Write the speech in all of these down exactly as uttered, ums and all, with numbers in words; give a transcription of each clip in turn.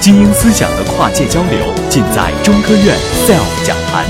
精英思想的跨界交流，尽在中科院 S E L F 讲坛。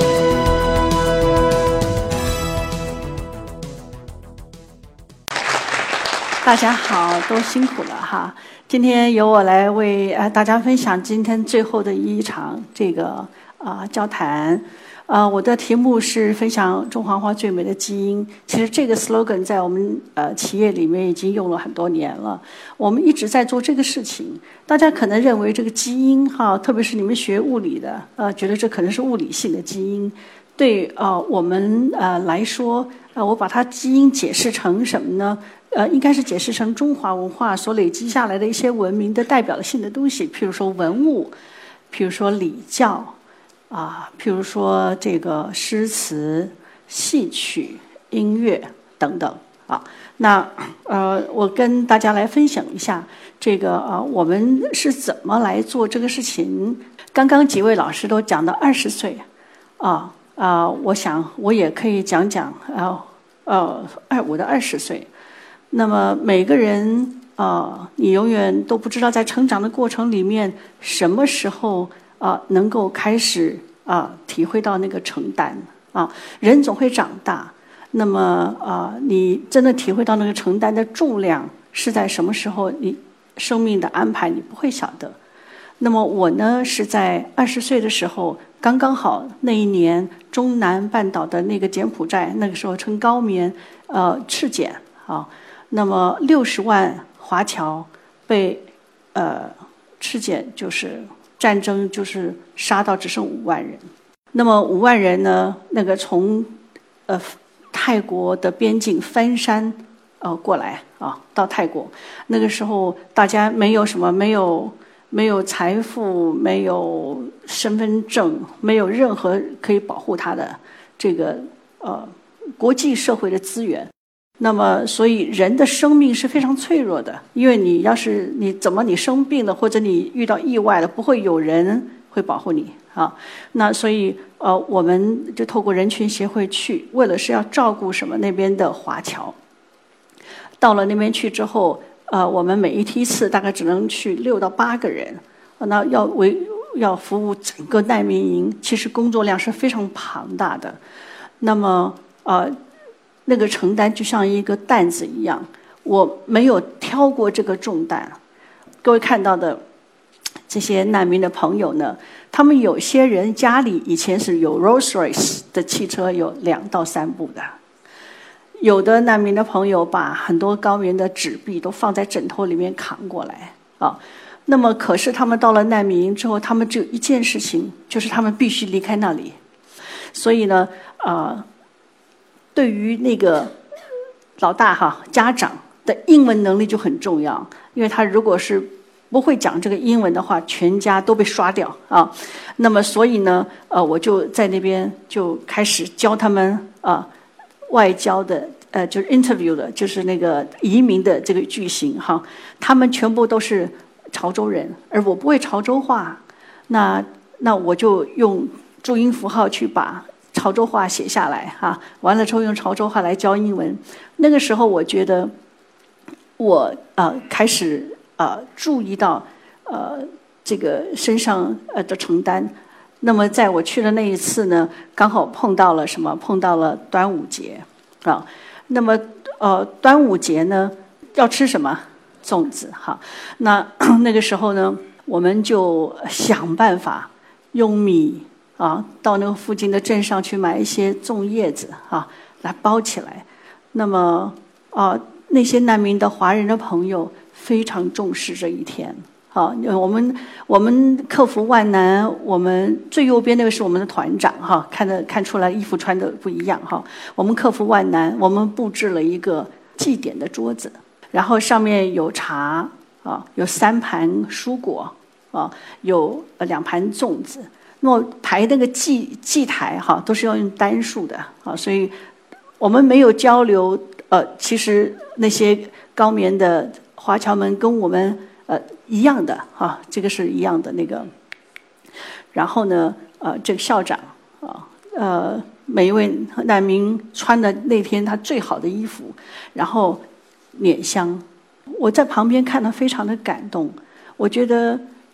大家好，都辛苦了哈！今天由我来为呃大家分享今天最后的一场这个啊、呃、交谈。呃，我的题目是分享中华花最美的基因。其实这个 slogan 在我们呃企业里面已经用了很多年了，我们一直在做这个事情。大家可能认为这个基因哈，特别是你们学物理的，呃，觉得这可能是物理性的基因。对呃我们呃来说，呃，我把它基因解释成什么呢？呃，应该是解释成中华文化所累积下来的一些文明的代表性的东西，譬如说文物，譬如说礼教。啊，譬如说这个诗词、戏曲、音乐等等啊，那呃，我跟大家来分享一下这个啊，我们是怎么来做这个事情。刚刚几位老师都讲到二十岁啊啊，我想我也可以讲讲啊呃二我的二十岁。那么每个人啊，你永远都不知道在成长的过程里面什么时候。啊，能够开始啊体会到那个承担啊，人总会长大。那么啊，你真的体会到那个承担的重量是在什么时候？你生命的安排你不会晓得。那么我呢是在二十岁的时候，刚刚好那一年中南半岛的那个柬埔寨，那个时候称高棉，呃赤柬啊，那么六十万华侨被呃赤柬就是。战争就是杀到只剩五万人，那么五万人呢？那个从呃泰国的边境翻山呃过来啊，到泰国。那个时候大家没有什么，没有没有财富，没有身份证，没有任何可以保护他的这个呃国际社会的资源。那么，所以人的生命是非常脆弱的，因为你要是你怎么你生病了，或者你遇到意外了，不会有人会保护你啊。那所以呃，我们就透过人权协会去，为了是要照顾什么那边的华侨。到了那边去之后，呃，我们每一梯次大概只能去六到八个人，那要为要服务整个难民营，其实工作量是非常庞大的。那么呃。那个承担就像一个担子一样，我没有挑过这个重担。各位看到的这些难民的朋友呢，他们有些人家里以前是有 Rolls Royce 的汽车，有两到三部的。有的难民的朋友把很多高棉的纸币都放在枕头里面扛过来啊。那么可是他们到了难民营之后，他们只有一件事情，就是他们必须离开那里。所以呢，呃。对于那个老大哈家长的英文能力就很重要，因为他如果是不会讲这个英文的话，全家都被刷掉啊。那么所以呢，呃，我就在那边就开始教他们啊外交的呃就是 interview 的，就是那个移民的这个句型哈。他们全部都是潮州人，而我不会潮州话，那那我就用注音符号去把。潮州话写下来哈，完了之后用潮州话来教英文。那个时候我觉得我呃开始呃注意到呃这个身上呃的承担。那么在我去的那一次呢，刚好碰到了什么？碰到了端午节啊。那么呃端午节呢要吃什么？粽子哈。那那个时候呢，我们就想办法用米。啊，到那个附近的镇上去买一些粽叶子啊，来包起来。那么啊，那些难民的华人的朋友非常重视这一天。啊，我们我们克服万难，我们最右边那个是我们的团长哈、啊，看得看出来衣服穿的不一样哈、啊。我们克服万难，我们布置了一个祭典的桌子，然后上面有茶啊，有三盘蔬果啊，有两盘粽子。那么排那个祭祭台哈，都是要用单数的啊，所以我们没有交流。呃，其实那些高棉的华侨们跟我们呃一样的哈，这个是一样的那个。然后呢，呃，这个校长啊，呃，每一位难民穿的那天他最好的衣服，然后捻香。我在旁边看了非常的感动，我觉得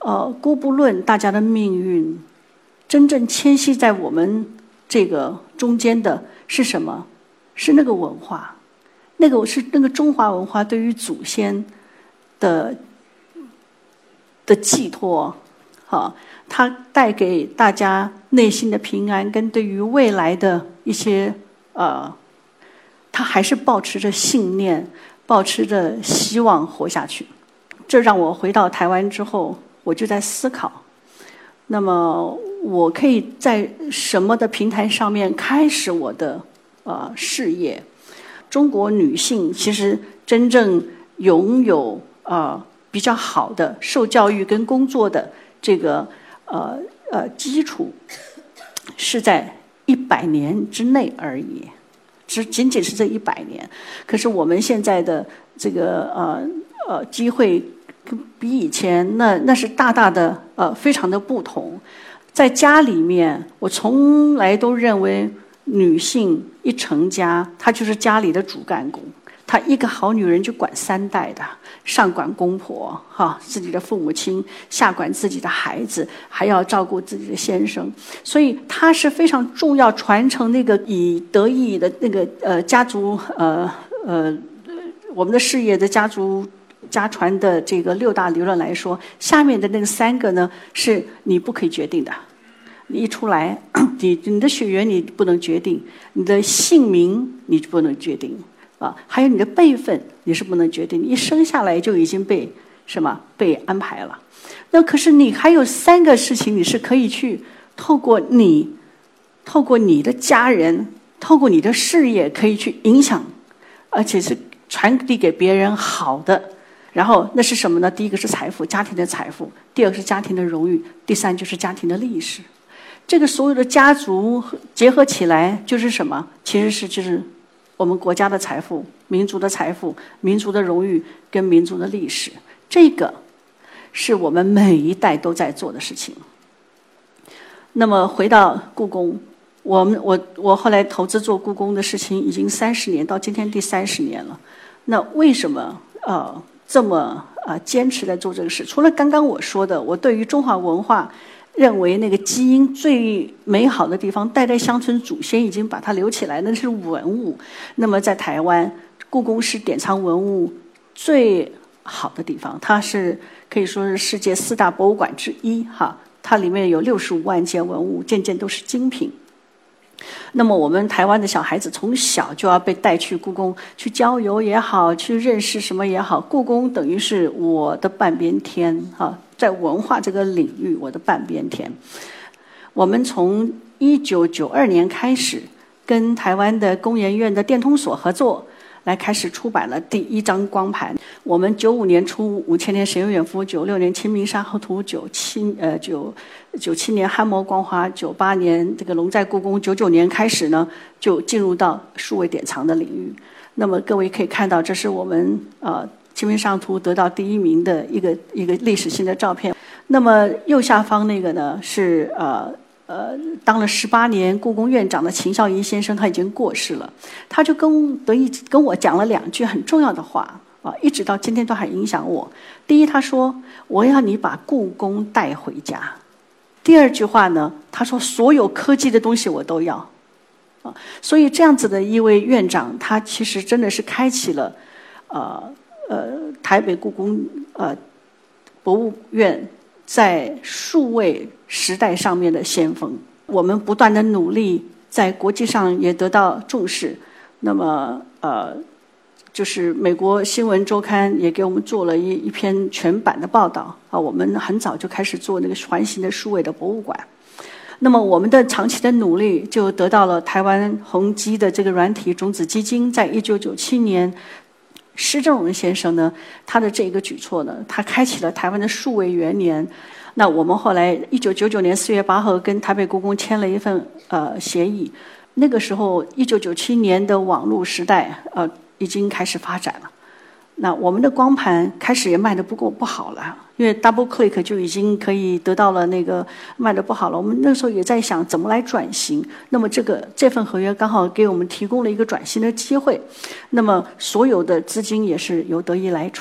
呃，姑不论大家的命运，真正迁徙在我们这个中间的是什么？是那个文化，那个是那个中华文化对于祖先的的寄托，好，它带给大家内心的平安，跟对于未来的一些呃，他还是保持着信念，保持着希望活下去。这让我回到台湾之后，我就在思考，那么我可以在什么的平台上面开始我的呃事业？中国女性其实真正拥有呃比较好的受教育跟工作的这个呃呃基础，是在一百年之内而已，只仅仅是这一百年。可是我们现在的这个呃呃机会比以前那那是大大的呃非常的不同。在家里面，我从来都认为女性一成家，她就是家里的主干工。她一个好女人就管三代的，上管公婆哈，自己的父母亲，下管自己的孩子，还要照顾自己的先生，所以她是非常重要传承那个以德义的那个呃家族呃呃我们的事业的家族家传的这个六大理论来说，下面的那个三个呢是你不可以决定的。你一出来，你你的血缘你不能决定，你的姓名你不能决定啊，还有你的辈分你是不能决定，你一生下来就已经被什么被安排了。那可是你还有三个事情你是可以去透过你透过你的家人透过你的事业可以去影响，而且是传递给别人好的。然后那是什么呢？第一个是财富，家庭的财富；第二个是家庭的荣誉；第三就是家庭的历史。这个所有的家族结合起来就是什么？其实是就是我们国家的财富、民族的财富、民族的荣誉跟民族的历史。这个是我们每一代都在做的事情。那么回到故宫，我们我我后来投资做故宫的事情已经三十年，到今天第三十年了。那为什么呃这么呃坚持在做这个事？除了刚刚我说的，我对于中华文化认为那个基因最美好的地方，代代相传，祖先已经把它留起来，那是文物。那么在台湾，故宫是典藏文物最好的地方，它是可以说是世界四大博物馆之一哈。它里面有六十五万件文物，件件都是精品。那么我们台湾的小孩子从小就要被带去故宫去郊游也好，去认识什么也好，故宫等于是我的半边天哈，在文化这个领域我的半边天。我们从一九九二年开始跟台湾的工研院的电通所合作，来开始出版了第一张光盘。我们九五年出五千年神游远夫，九六年清明沙河图，九七呃九九七年汉摩光华，九八年这个龙在故宫，九九年开始呢就进入到数位典藏的领域。那么各位可以看到，这是我们呃清明上图得到第一名的一个一个历史性的照片。那么右下方那个呢是呃。呃，当了十八年故宫院长的秦孝仪先生，他已经过世了。他就跟得意跟我讲了两句很重要的话啊，一直到今天都还影响我。第一，他说我要你把故宫带回家。第二句话呢，他说所有科技的东西我都要啊。所以这样子的一位院长，他其实真的是开启了呃呃台北故宫呃博物院在数位时代上面的先锋。我们不断的努力，在国际上也得到重视。那么呃，就是美国新闻周刊也给我们做了一一篇全版的报道啊。我们很早就开始做那个环形的数位的博物馆。那么我们的长期的努力，就得到了台湾宏基的这个软体种子基金，在一九九七年。施正荣先生呢，他的这个举措呢，他开启了台湾的数位元年。那我们后来一九九九年四月八号跟台北故宫签了一份呃协议。那个时候一九九七年的网络时代呃已经开始发展了。那我们的光盘开始也卖得不够不好了，因为 double click 就已经可以得到了那个卖得不好了。我们那时候也在想怎么来转型。那么这个这份合约刚好给我们提供了一个转型的机会。那么所有的资金也是由德意来出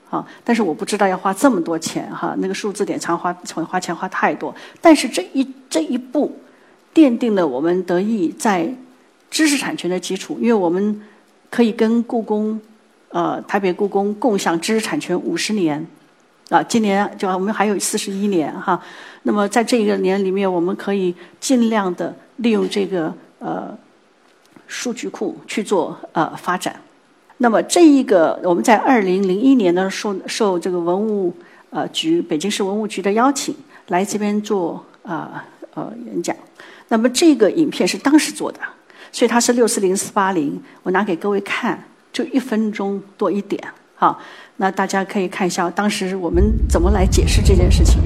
哈，但是我不知道要花这么多钱哈，那个数字典藏花花钱花太多，但是这一这一步奠定了我们得以在知识产权的基础，因为我们可以跟故宫，呃，台北故宫共享知识产权五十年，啊，今年就我们还有四十一年哈，那么在这个年里面，我们可以尽量的利用这个呃数据库去做呃发展。那么这一个我们在二零零一年呢，受受这个文物呃局北京市文物局的邀请，来这边做啊 呃, 呃演讲。那么这个影片是当时做的，所以它是六四零四八零，我拿给各位看，就一分钟多一点。好，那大家可以看一下当时我们怎么来解释这件事情。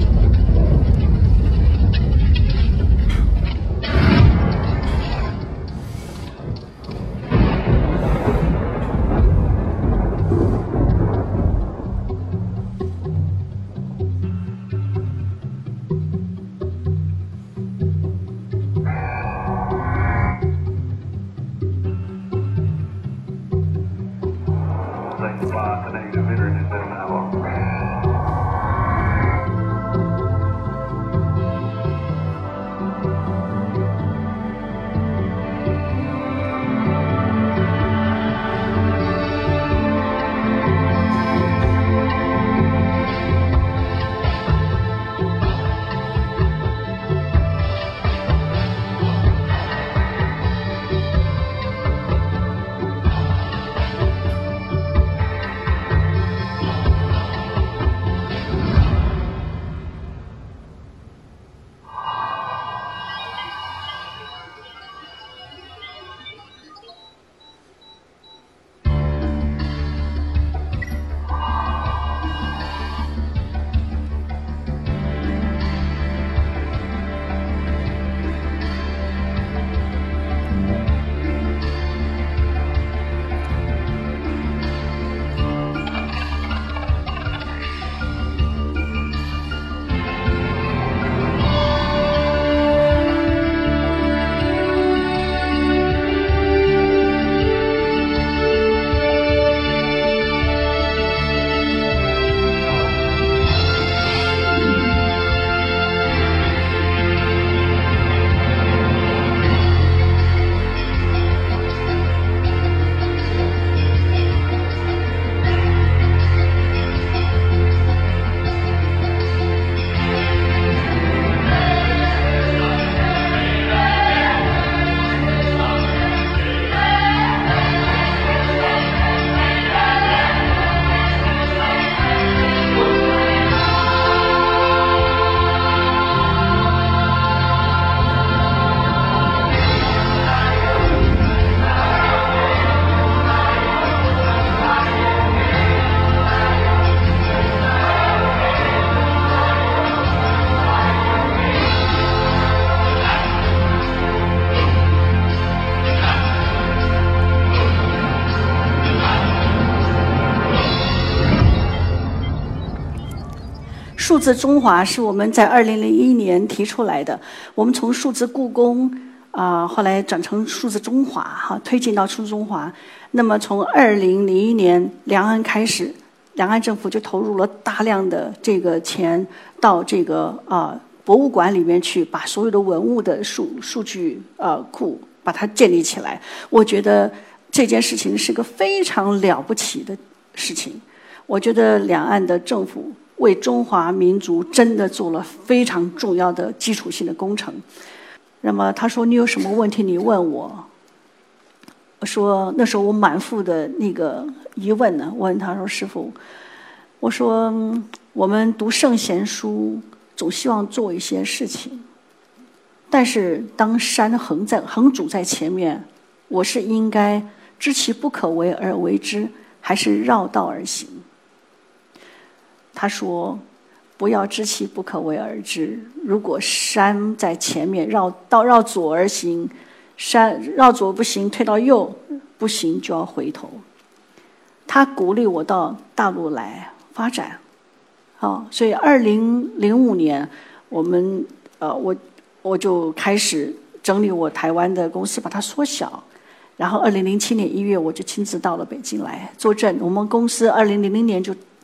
数字中华是我们在二零零一年提出来的，我们从数字故宫啊、呃，后来转成数字中华哈，推进到数字中华。那么从二零零一年两岸开始，两岸政府就投入了大量的这个钱到这个啊、呃、博物馆里面去，把所有的文物的数数据呃库把它建立起来。我觉得这件事情是个非常了不起的事情。我觉得两岸的政府为中华民族真的做了非常重要的基础性的工程。那么他说你有什么问题你问我。我说那时候我满腹的那个疑问呢，问他说师父，我说我们读圣贤书总希望做一些事情，但是当山横在横阻在前面，我是应该知其不可为而为之，还是绕道而行？他说不要知其不可为而知，如果山在前面，绕道绕左而行，山绕左不行，退到右不行，就要回头。他鼓励我到大陆来发展，好，所以二零零五年我们呃我我就开始整理我台湾的公司，把它缩小。然后二零零七年一月我就亲自到了北京来坐镇。我们公司二零零零年就在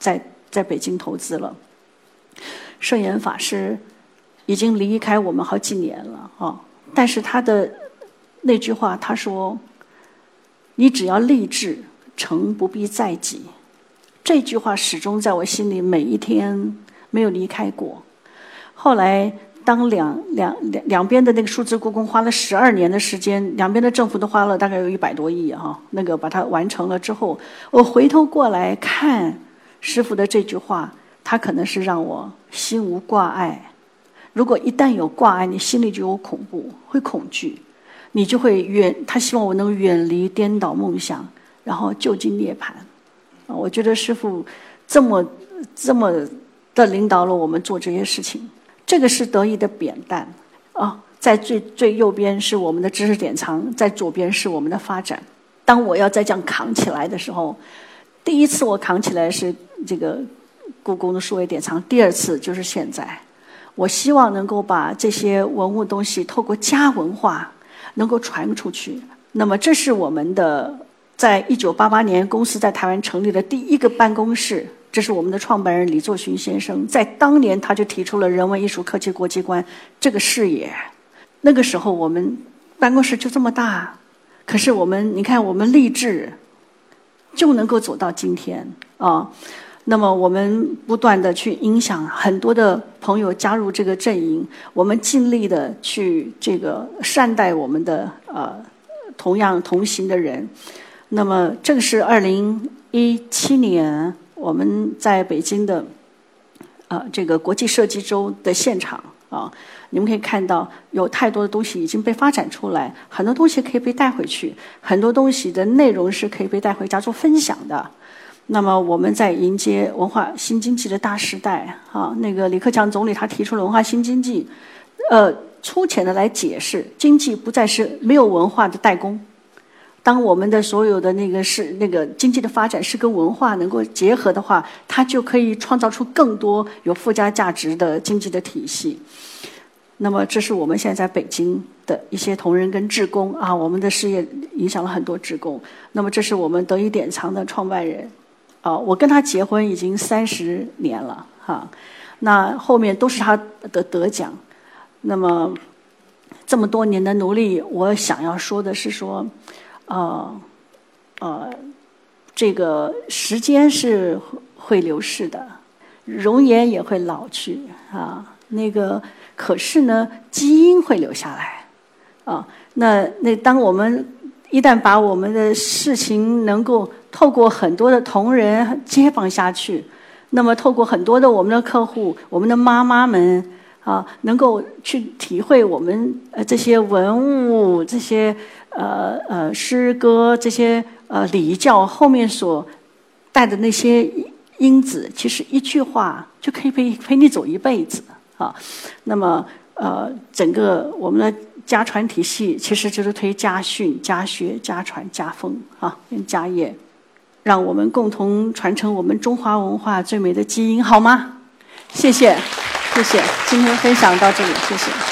在北京投资了。圣严法师已经离开我们好几年了啊，但是他的那句话，他说：“你只要立志，成不必在己。”这句话始终在我心里，每一天没有离开过。后来，当两两两两边的那个数字故宫花了十二年的时间，两边的政府都花了大概有一百多亿哈、啊，那个把它完成了之后，我回头过来看师父的这句话，他可能是让我心无挂碍。如果一旦有挂碍，你心里就有恐怖，会恐惧，你就会远。他希望我能远离颠倒梦想，然后就近涅槃。啊，我觉得师父这么这么的领导了我们做这些事情。这个是得意的扁担啊，在最最右边是我们的知识典藏，在左边是我们的发展。当我要再这样扛起来的时候，第一次我扛起来是这个故宫的数位典藏，第二次就是现在。我希望能够把这些文物东西透过家文化能够传出去。那么这是我们的在一九八八年公司在台湾成立的第一个办公室。这是我们的创办人李作勋先生，在当年他就提出了人文艺术科技国际观这个视野。那个时候我们办公室就这么大，可是我们你看我们立志就能够走到今天啊。那么我们不断的去影响很多的朋友加入这个阵营，我们尽力的去这个善待我们的呃同样同行的人。那么这个是二零一七年我们在北京的呃这个国际设计周的现场啊，你们可以看到有太多的东西已经被发展出来，很多东西可以被带回去，很多东西的内容是可以被带回家做分享的。那么我们在迎接文化新经济的大时代啊，那个李克强总理他提出了文化新经济，呃，粗浅的来解释，经济不再是没有文化的代工。当我们的所有的那个是那个经济的发展是跟文化能够结合的话，它就可以创造出更多有附加价值的经济的体系。那么这是我们现在在北京的一些同仁跟志工啊，我们的事业影响了很多志工。那么这是我们德仪典藏的创办人啊，我跟他结婚已经三十年了哈，那后面都是他的得奖。那么这么多年的努力，我想要说的是说呃呃，这个时间是会流逝的，容颜也会老去啊。那个可是呢，基因会留下来啊。那那当我们一旦把我们的事情能够透过很多的同仁接棒下去，那么透过很多的我们的客户、我们的妈妈们啊，能够去体会我们呃这些文物、这些呃呃诗歌、这些呃礼教后面所带的那些因子，其实一句话就可以陪陪你走一辈子啊。那么呃，整个我们的家传体系其实就是推家训、家学、家传、家风啊，跟家业，让我们共同传承我们中华文化最美的基因，好吗？谢谢。谢谢，今天分享到这里，谢谢。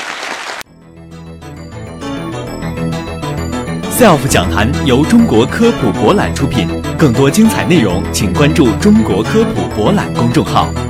S E L F 讲坛由中国科普博览出品，更多精彩内容，请关注中国科普博览公众号。